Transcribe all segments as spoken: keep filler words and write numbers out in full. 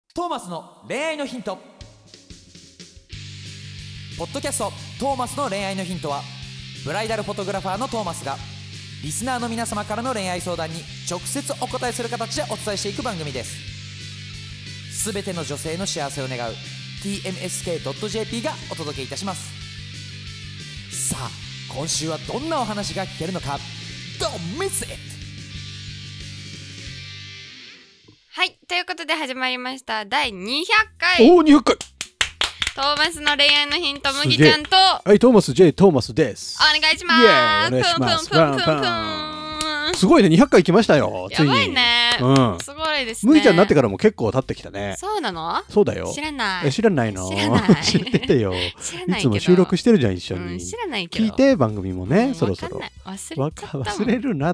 トーマスの恋愛のヒント。ポッドキャストトーマスの恋愛のヒントは、ブライダルフォトグラファーのトーマスがリスナーの皆様からの恋愛相談に直接お答えする形でお伝えしていく番組です。すべての女性の幸せを願う ティーエムエスケードットジェーピー がお届けいたします。さあ今週はどんなお話が聞けるのか。 Don't miss it。 はい、ということで始まりましただいにひゃっかいおーにひゃっかいトーマスの恋愛のヒント、麦ちゃんとはい、トーマス J トーマスです。 お願いしまイエーイお願いしす。 ますプンプンプンプンプン。 すごいね、にひゃっかい来ましたよ。ついにやばいね、 うん、 すごいですね。 麦ちゃんになってからも結構経ってきたね。 そうなの？ そうだよ。 知らない。 え知らないの？ 知らない知っててよ。 知らないけどいつも収録してるじゃん一緒に、 うん、知らないけど聞いて番組もね、 うん、 そろそろわかんない忘れちゃったもん。 忘れるなって。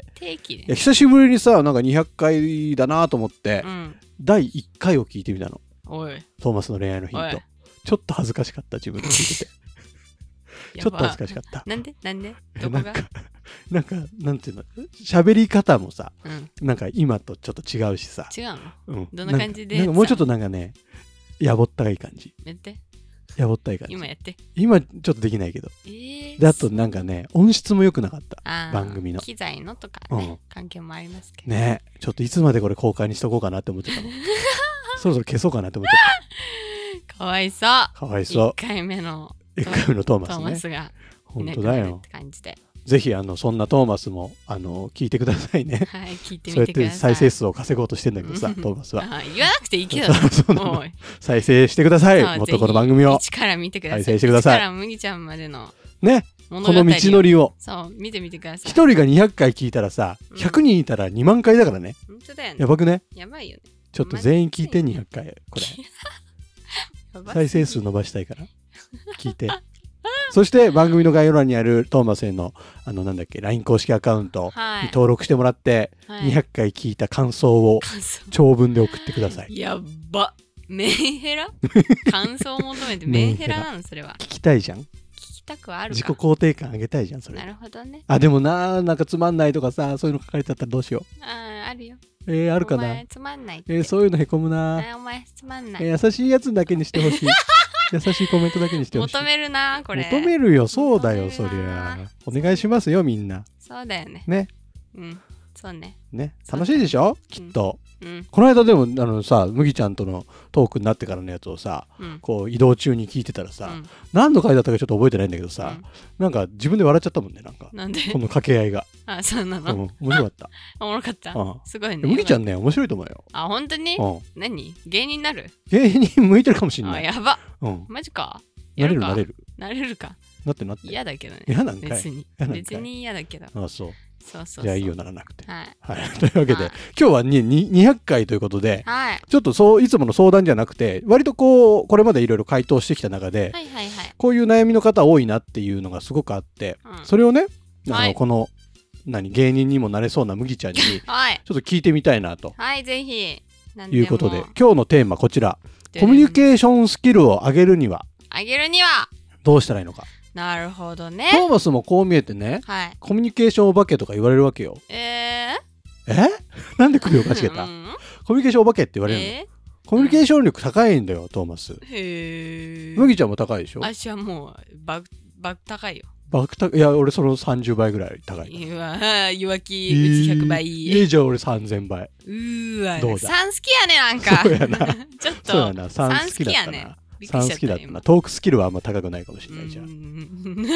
定期で、 いや久しぶりにさ、なんかにひゃっかいだなと思って、 うん、 だいいっかいを聞いてみたの。 おいトーマスの恋愛のヒンおいト。ちょっと恥ずかしかった自分で聞いててちょっと恥ずかしかった。 なんでなんでどこがなんかなんかなんていうの、喋り方もさ、 うん、 なんか今とちょっと違うしさ。 違うの、 うん、 どんな感じでなんかなんかもうちょっとなんかね、やぼったがいい感じ。 やってやぼったい感じ。 今やって今ちょっとできないけど、 えー、 であとなんかね、音質も良くなかった。 あ番組の機材のとかね、 うん、 関係もありますけどね。ちょっといつまでこれ公開にしとこうかなって思ってたのそろそろ消そうかなって思ってた。かわいそう。 かわいそう。 いっかいめのいっかいめのトーマスね。 トーマスが本当だよって感じで、 ぜひあのそんなトーマスもあの聞いてくださいね。 はい、聞いてそうやってみてください。 再生数を稼ごうとしてんだけどさ、トーマスは。 あ、言わなくていいけどそうそうなのおい再生してください。 そうもっとこの番組を一から見てください。 再生してください。 一から麦ちゃんまでのね、 物語この道のりを。 そう見てみてください。 一人がにひゃっかい聞いたらさ、ひゃくにんいたらにまんかいだからね。 本当だよね。 やばくね。 やばいよね。 ちょっと全員聞いてにひゃっかいこれ。 やば再生数伸ばしたいから聞いて。そして番組の概要欄にあるトーマスへのあのなんだっけ ライン 公式アカウントに登録してもらって、はい、にひゃっかい聞いた感想を長文で送ってください。 やばメンヘラ感想を求めてメンヘラなのそれは。 聞きたいじゃん。 聞きたくはあるか。 自己肯定感上げたいじゃんそれ。 なるほどね。 あでもな、なんかつまんないとかさ、そういうの書かれてあったらどうしよう。 ああ、あるよ。 えー、あるかな。 お前つまんないって。 えー、そういうのへこむな。 お前つまんない、 えー、優しいやつだけにしてほしい優しいコメントだけにしてほしい。 求めるなこれ。 求めるよ。そうだよそりゃ。お願いしますよみんな。 そうだよね。 ね。 うんそうね。 ね、楽しいでしょきっと、 うん、 この間でもあのさ、麦ちゃんとのトークになってからのやつをさ、うん、こう移動中に聞いてたらさ、うん、何の回だったかちょっと覚えてないんだけどさ、うん、なんか自分で笑っちゃったもんね。なんかなんでこの掛け合いが。 あ、そうなの、 うん、面白かったおもろかった、うん、すごいね。 麦ちゃんね面白いと思うよ。 あ、本当に、うん、何芸人になる？ 芸人向いてるかもしれない。 あ、やば、 うん、 マジか。 なれるなれるなれるか。 なってなって。 嫌だけどね。 嫌なんかい。 別に別に嫌だけど。 あ、そう。 そうそうそう。 じゃあいいよならなくて。 はい。 はい、というわけで、はい、今日はににひゃっかいということで、 はい、 ちょっとそういつもの相談じゃなくて、割とこうこれまでいろいろ回答してきた中で、 はいはいはい、 こういう悩みの方多いなっていうのがすごくあって、うん、それをね、あの、はい、この何芸人にもなれそうな麦ちゃんにちょっと聞いてみたいなと、 はい、ぜひいうことで、今日のテーマこちら。コミュニケーションスキルを上げるには上げるにはどうしたらいいのか。 なるほどね。 トーマスもこう見えてね、はい、コミュニケーションお化けとか言われるわけよ。 えー、えなんで首をかしげた、うん、コミュニケーションお化けって言われるの、えー、コミュニケーション力高いんだよ、うん、トーマス。 へー。 麦ちゃんも高いでしょ。 私はもうバクバク高いよ。 バク高い。いや俺そのさんじゅうばいぐらい高い。 うわ弱気うちひゃくばい。 えー、じゃあ俺さんぜんばい。 うーわどうだ。 さん好きやねなんか。 そうやなちょっとそうやな、さん好きだったな。さん好きだったな。トークスキルはあんま高くないかもしれないじゃん。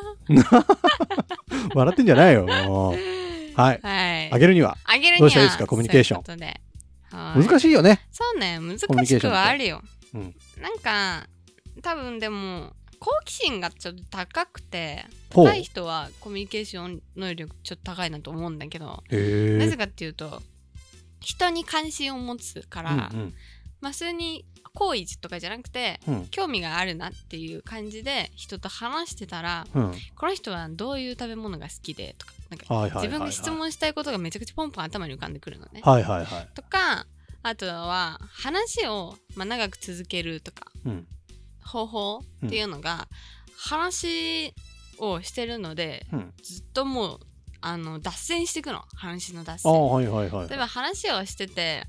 笑ってんじゃないよもう。はい、はい、上げるには上げるにはどうしたらいいですか。コミュニケーションそういうことで、 難しいよね。 そうね、難しくはあるよ、うん、なんか多分でも好奇心がちょっと高くて高い人はコミュニケーション能力ちょっと高いなと思うんだけど、なぜかっていうと人に関心を持つから、うんうん、まあ普通に好意とかじゃなくて、うん、興味があるなっていう感じで人と話してたら、うん、この人はどういう食べ物が好きでとか、なんか自分が質問したいことがめちゃくちゃポンポン頭に浮かんでくるのね、 はいはいはい、 とかあとは話を、まあ、長く続けるとか、うん、方法っていうのが、うん、話をしてるので、うん、ずっともうあの脱線していくの、話の脱線、 あ、はいはいはい、 例えば話をしてて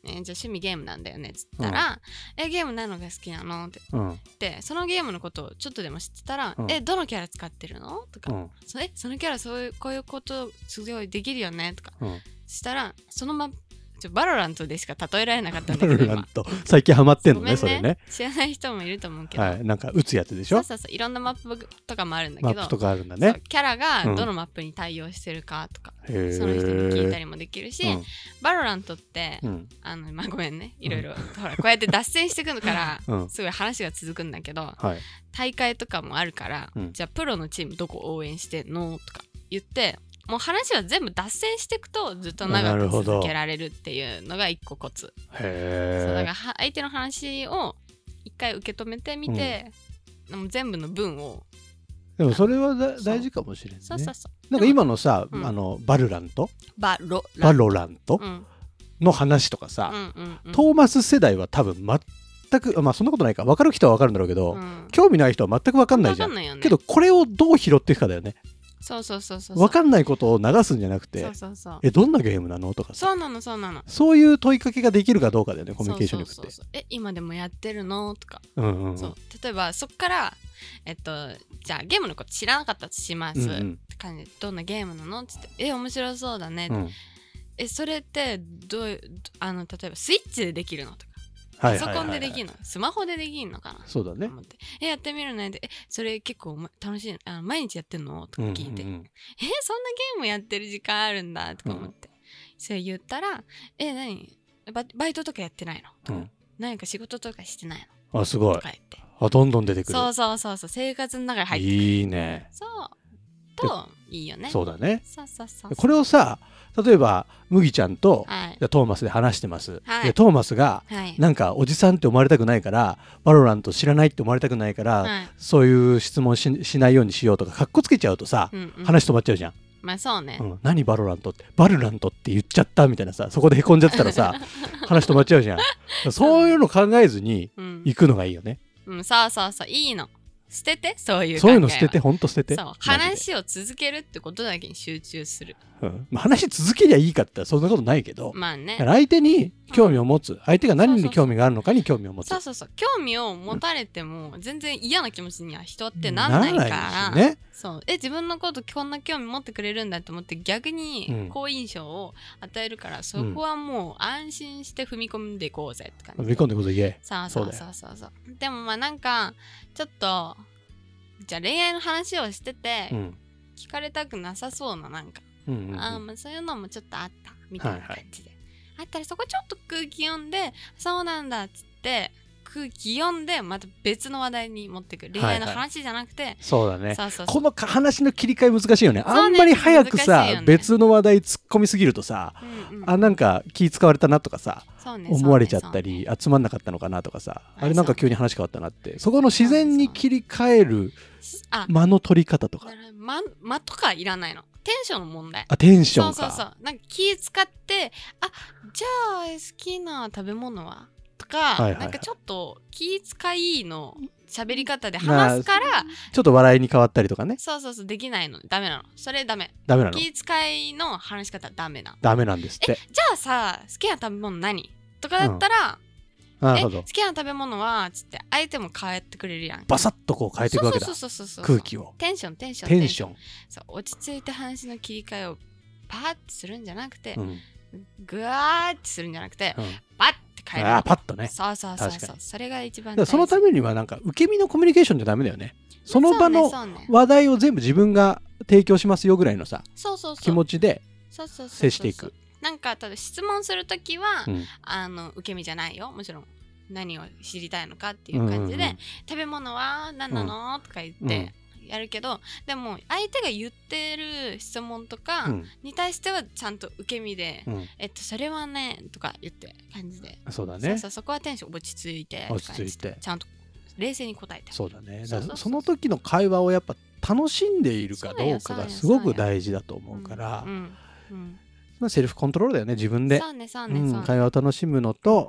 えー、じゃあ趣味ゲームなんだよねっつったら、うん、えゲーム何のが好きなのって、うん、でそのゲームのことをちょっとでも知ってたら、うん、えどのキャラ使ってるのとか、うん、そえそのキャラそういうこういうことすごいできるよねとか、うん、したらそのままバロラントでしか例えられなかったんだけどバロラント最近ハマってんの ね, ねそれね知らない人もいると思うけど、 はい、なんか打つやつでしょ。 そうそうそういろんなマップとかもあるんだけどマップとかあるんだね。 キャラがどのマップに対応してるかとか、うん、その人に聞いたりもできるし、うん、バロラントって、うん、あのまあごめんねいろいろ、うん、ほらこうやって脱線してくるから、うん、すごい話が続くんだけど、はい、大会とかもあるから、うん、じゃあプロのチームどこ応援してんのとか言ってもう話は全部脱線していくとずっと長く続けられるっていうのが一個コツ。へー。そうだから相手の話を一回受け止めてみて、うん、もう全部の文をでもそれはだ大事かもしれないね。そうそうそうなんか今のさ、うん、あのバルラントバロバロラントの話とかさ、うんうんうん、トーマス世代は多分全くまあそんなことないか分かる人は分かるんだろうけど、うん、興味ない人は全く分かんないじゃん。分かんないよね。けどこれをどう拾っていくかだよね。 そうそうそうそう分かんないことを流すんじゃなくてそうそうそうえどんなゲームなのとかさそうなのそうなのそういう問いかけができるかどうかだよねコミュニケーション力って。そうそうそうそうえ今でもやってるのとか、うんうんうん、そう例えばそっからえっとじゃあゲームのこと知らなかったとします、うんうん、って感じでどんなゲームなのって言ってえ面白そうだね、うん、えそれってどういうあの例えばスイッチでできるのとかパソコンでできるの、スマホでできるのかなそうだねえやってみるねでえそれ結構楽しいあ毎日やってんのとか聞いて、うんうんうん、えそんなゲームやってる時間あるんだとか思って、うん、それ言ったらえ何 バ, バイトとかやってないのとか、うん、何か仕事とかしてないのあすごいとか言ってあどんどん出てくるそうそうそうそう生活の中に入ってくるいいねそうといいよねそうだねそうそうそうそうこれをさ例えば麦ちゃんと、はい、トーマスで話してます、はい、でトーマスが、はい、なんかおじさんって思われたくないからバロラント知らないって思われたくないから、はい、そういう質問 し, しないようにしようとかかっこつけちゃうとさ、うんうん、話止まっちゃうじゃん。 まあそうね、うん、 何バロラントってバルラントって言っちゃったみたいなさそこでへこんじゃったらさ話止まっちゃうじゃんそういうの考えずに行くのがいいよね、 うん、うん、そうそうそういいの捨ててそういう考えはそういうの捨ててほんと捨ててそう話を続けるってことだけに集中する、 うんまあ、話続けりゃいいかってそんなことないけど、 まあね、 相手に興味を持つ、うん、相手が何に興味があるのかに興味を持つそうそうそう興味を持たれても全然嫌な気持ちには人ってなんないから、ならないしね、そうえ自分のことこんな興味持ってくれるんだと思って逆に好印象を与えるから、うん、そこはもう安心して踏み込んでいこうぜって感じ、 踏み込んでいこうぜイエーそうそうそうそうそうでもまあなんかちょっとじゃあ恋愛の話をしてて、うん、聞かれたくなさそうななんか、うんうんうん、あまあそういうのもちょっとあったみたいな感じで、はいはい、あったらそこちょっと空気読んでそうなんだっつって空気読んでまた別の話題に持ってくる恋愛の話じゃなくて、はいはい、 そうだねそうそうそうこの話の切り替え難しいよねあんまり早くさ、ね、別の話題突っ込みすぎるとさ、うんうん、あなんか気使われたなとかさ、ね、思われちゃったり、ね、集まんなかったのかなとかさ、あれなんか急に話変わったなって、ね、そこの自然に切り替える間の取り方とか間、間とかいらないのテンションの問題あテンションかそうそうそうなんか気使ってあじゃあ好きな食べ物はとか、はいはいはい、なんかちょっと気遣いの喋り方で話すからちょっと笑いに変わったりとかねそうそうそうできないのダメなのそれダメダメなの気遣いの話し方ダメなのダメなんですってえじゃあさ好きな食べ物何とかだったら、うん、なるほどえ好きな食べ物はつって相手も変えてくれるやんバサッとこう変えていくわけだ空気をテンションテンションテンションそう落ち着いて話の切り替えをパーッてするんじゃなくて、うん、グワーッてするんじゃなくて、うん、パッ変えるあパッとねそうそうそうそうそれが一番大事そのためにはなんか受け身のコミュニケーションじゃダメだよねその場の話題を全部自分が提供しますよぐらいのさそうそうそう気持ちで接していくなんかただ質問するときは、うん、あの受け身じゃないよもちろん何を知りたいのかっていう感じで、うんうんうん、食べ物は何なの、うん、とか言って、うん、やるけどでも相手が言ってる質問とかに対してはちゃんと受け身で、うん、えっとそれはねとか言って感じでそうだねそうそうそこはテンション落ち着いて落ち着いてちゃんと冷静に答えてそうだねだからその時の会話をやっぱ楽しんでいるかどうかがすごく大事だと思うからうんうんうん、セルフコントロールだよね自分でそうねそうね、うん、 会話を楽しむのと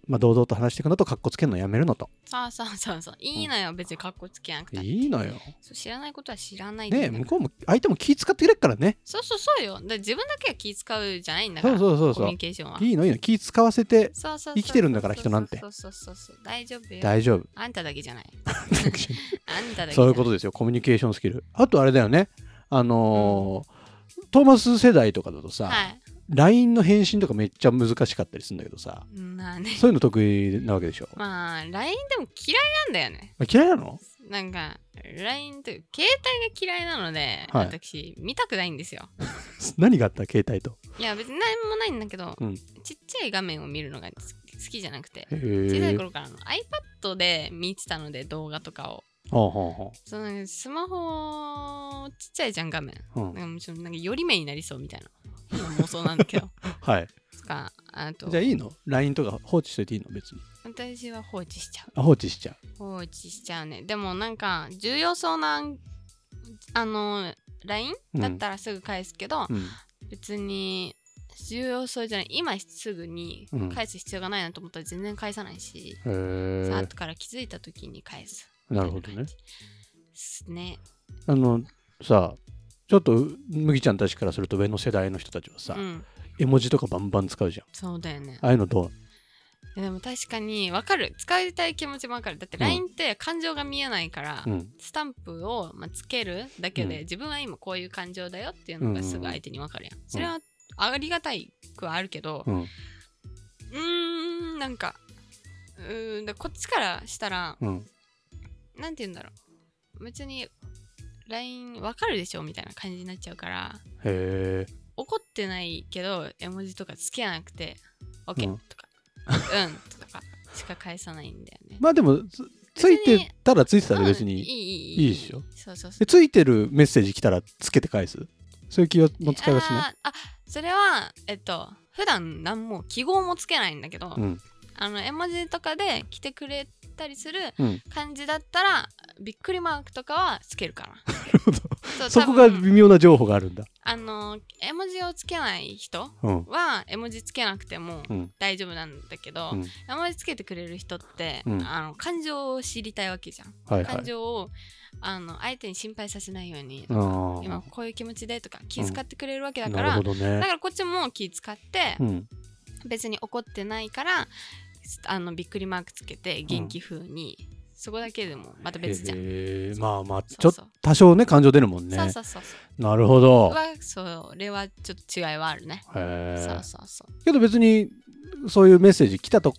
まあ、堂々と話していくのとカッコつけるのやめるのと。 そうそうそうそう、いいのよ、うん、別にカッコつけなくていいのよ。 そう、知らないことは知らないねえ、向こうも相手も気使ってくれるからね。 そうそうそうよ。だ自分だけは気使うじゃないんだから。 そうそうそうそう、 コミュニケーションは。 いいのいいの、気使わせて生きてるんだから人なんて。 そうそうそうそう、大丈夫よ。 大丈夫。 あんただけじゃない。あんただけ。 そういうことですよ、コミュニケーションスキル。あとあれだよね、あのーうん、トーマス世代とかだとさ、はい、ライン の返信とかめっちゃ難しかったりするんだけどさ、まあね、そういうの得意なわけでしょ。 まあ ライン でも嫌いなんだよね。 嫌いなの？ なんか ライン という携帯が嫌いなので、はい、私見たくないんですよ。 何があった携帯と？ いや別に何もないんだけど、うん、ちっちゃい画面を見るのが好きじゃなくて、小さい頃からの iPad で見てたので動画とかを。ほうほうほう、そのスマホちっちゃいじゃん画面、うん、なんかちょっとなんかより目になりそうみたいな妄想なんだけどはいとか、あとじゃあいいの？ ライン とか放置しといていいの？別に私は放置しちゃう。 あ、放置しちゃう放置しちゃうね。でもなんか重要そうなあの ライン だったらすぐ返すけど、うん、別に重要そうじゃない、今すぐに返す必要がないなと思ったら全然返さないし、うん、さあ後から気づいた時に返す。 なるほどね。 ね。 あのさ、ちょっと麦ちゃんたちからすると上の世代の人たちはさ、うん、絵文字とかバンバン使うじゃん。 そうだよね。 ああいうのどう？ でも確かに分かる、使いたい気持ちも分かる。だって ライン って感情が見えないから、うん、スタンプを、まあ、つけるだけで、うん、自分は今こういう感情だよっていうのがすぐ相手に分かるやん、うん、それはありがたいくはあるけど、うん、うーんなんかうーんだこっちからしたら、うんなんて言うんだろう、別に ライン 分かるでしょみたいな感じになっちゃうから、へー、怒ってないけど絵文字とかつけなくて OK、うん、とかうんとかしか返さないんだよね。 まあでも つ, ついてたらついてたら別にいい、いい、いいでしょ。そうそうそう。でついてるメッセージ来たらつけて返す、そういう気の使いはしない？ ああそれはえっと普段何も記号もつけないんだけど、うん、あの絵文字とかで来てくれたりする感じだったら、うん、びっくりマークとかはつけるかな。なるほど。 そこが微妙な情報があるんだ。 あの絵文字をつけない人は、うん、絵文字つけなくても大丈夫なんだけど、うん、絵文字つけてくれる人って、うん、あの感情を知りたいわけじゃん、はいはい、感情をあの相手に心配させないようにとか、今こういう気持ちでとか気遣ってくれるわけだから、うんね、だからこっちも気遣って、うん、別に怒ってないからあのびっくりマークつけて元気風に、うん、そこだけでもまた別じゃん。 へまあまあちょっと多少ね感情出るもんね。そうそうそうそう。なるほど。 それはちょっと違いはあるね。へえ。そうそうそう。 けど別にそういうメッセージ来たとって、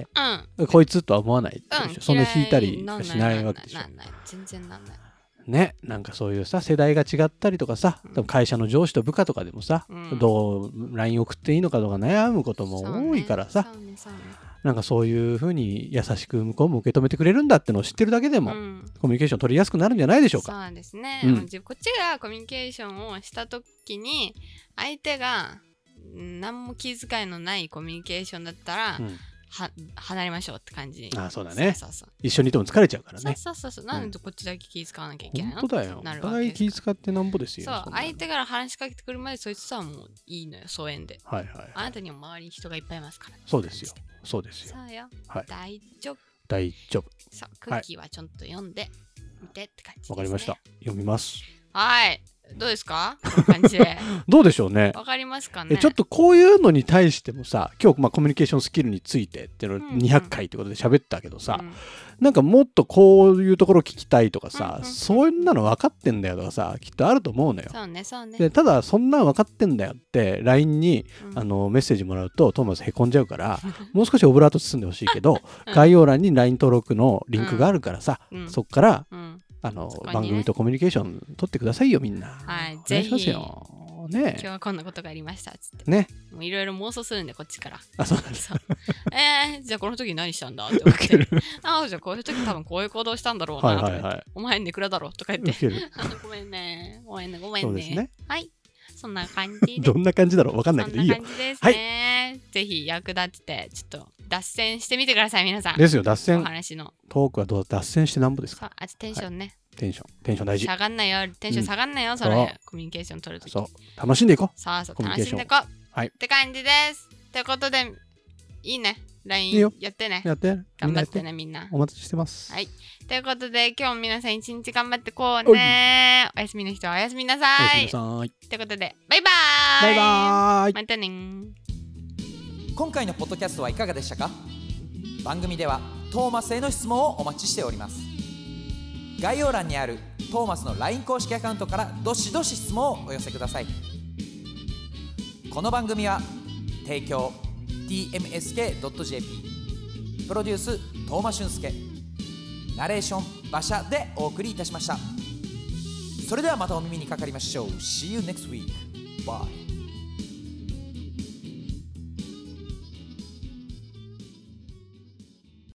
うん、こいつとは思わないでしょ、うん、そんな引いたりしないわけでしょ。 なんない全然なんない。 ね、なんかそういうさ世代が違ったりとかさ、うん、会社の上司と部下とかでもさ、うん、どう ライン 送っていいのかとか悩むことも多いからさ、そうねそうねそうね、なんかそういう風に優しく向こうも受け止めてくれるんだってのを知ってるだけでも、うん、コミュニケーション取りやすくなるんじゃないでしょうか。 そうですね、うん、こっちがコミュニケーションをした時に相手が何も気遣いのないコミュニケーションだったら、うんは離れましょうって感じ。 ああそうだね。そうそうそう、一緒にいても疲れちゃうからね。 そうそうそう、なんでこっちだけ気遣わなきゃいけないの？ 本当だよ。お互い気遣ってなんぼですよ。 そう、相手から話しかけてくるまでそいつとはもういいのよ、疎遠で。はいはい、はい。あなたには周りに人がいっぱいいますから。 そうですよ。そうですよ。 そうよ。はい。大丈夫。 大丈夫。 そう、空気はちょっと読んでみてって感じですね。 わかりました。読みます。 はい。どうですか？この感じでどうでしょうね。 わかりますかね。 ちょっとこういうのに対してもさ、今日まあコミュニケーションスキルについてっていうのをにひゃっかいってことで喋ったけどさ、うんうん、なんかもっとこういうところ聞きたいとかさ、うんうん、そういうの分かってんだよとかさ、きっとあると思うのよ。 そうねそうね。 でただそんなん分かってんだよって ライン に、うん、あのメッセージもらうとトーマスへこんじゃうからもう少しオブラート包んでほしいけど、うん、概要欄に ライン 登録のリンクがあるからさ、うん、そっから、うんあの、ね、番組とコミュニケーション取ってくださいよみんな。 はい、ぜひ。 ね、 今日はこんなことがありましたっつって。ね。もういろいろ妄想するんでこっちから。 あ、そうなんです。 えー、じゃあこの時何したんだって思って。あ、じゃあこういう時多分こういう行動したんだろうなとか言って。はいはいはい、お前ネクラだろとか言って。あのごめんね、ごめんね、ごめんね。そうですね。はい。そんな感じで。 どんな感じだろうわかんないけどいいよ。 そんな感じですね。はい、ぜひ役立っててちょっと脱線してみてください皆さん。 ですよ脱線。 お話のトークはどう脱線してなんぼですか。 あテンションね。はいテンション、テンション大事。 下がんないよ、テンション下がんないよ、うん、それ。コミュニケーション取るとき。 そう、楽しんでいこう。 そうそう、楽しんでいこう。はい。って感じです。ということで、 いいね。ラインいいよやってね。 やって頑張ってねみんな。 お待ちしてます。 はい。ということで今日も皆さん一日頑張ってこうね。おやすみの人はおやすみなさい。 おやすみなさい。 ということでバイバーイ。 バイバーイ。 またね。 今回のポッドキャストはいかがでしたか？番組ではトーマスへの質問をお待ちしております。概要欄にあるトーマスの ライン 公式アカウントからどしどし質問をお寄せください。この番組は提供 ティーエムエスケードットジェーピー プロデューストーマ俊介、ナレーション馬車でお送りいたしました。それではまたお耳にかかりましょう。 See you next week. Bye.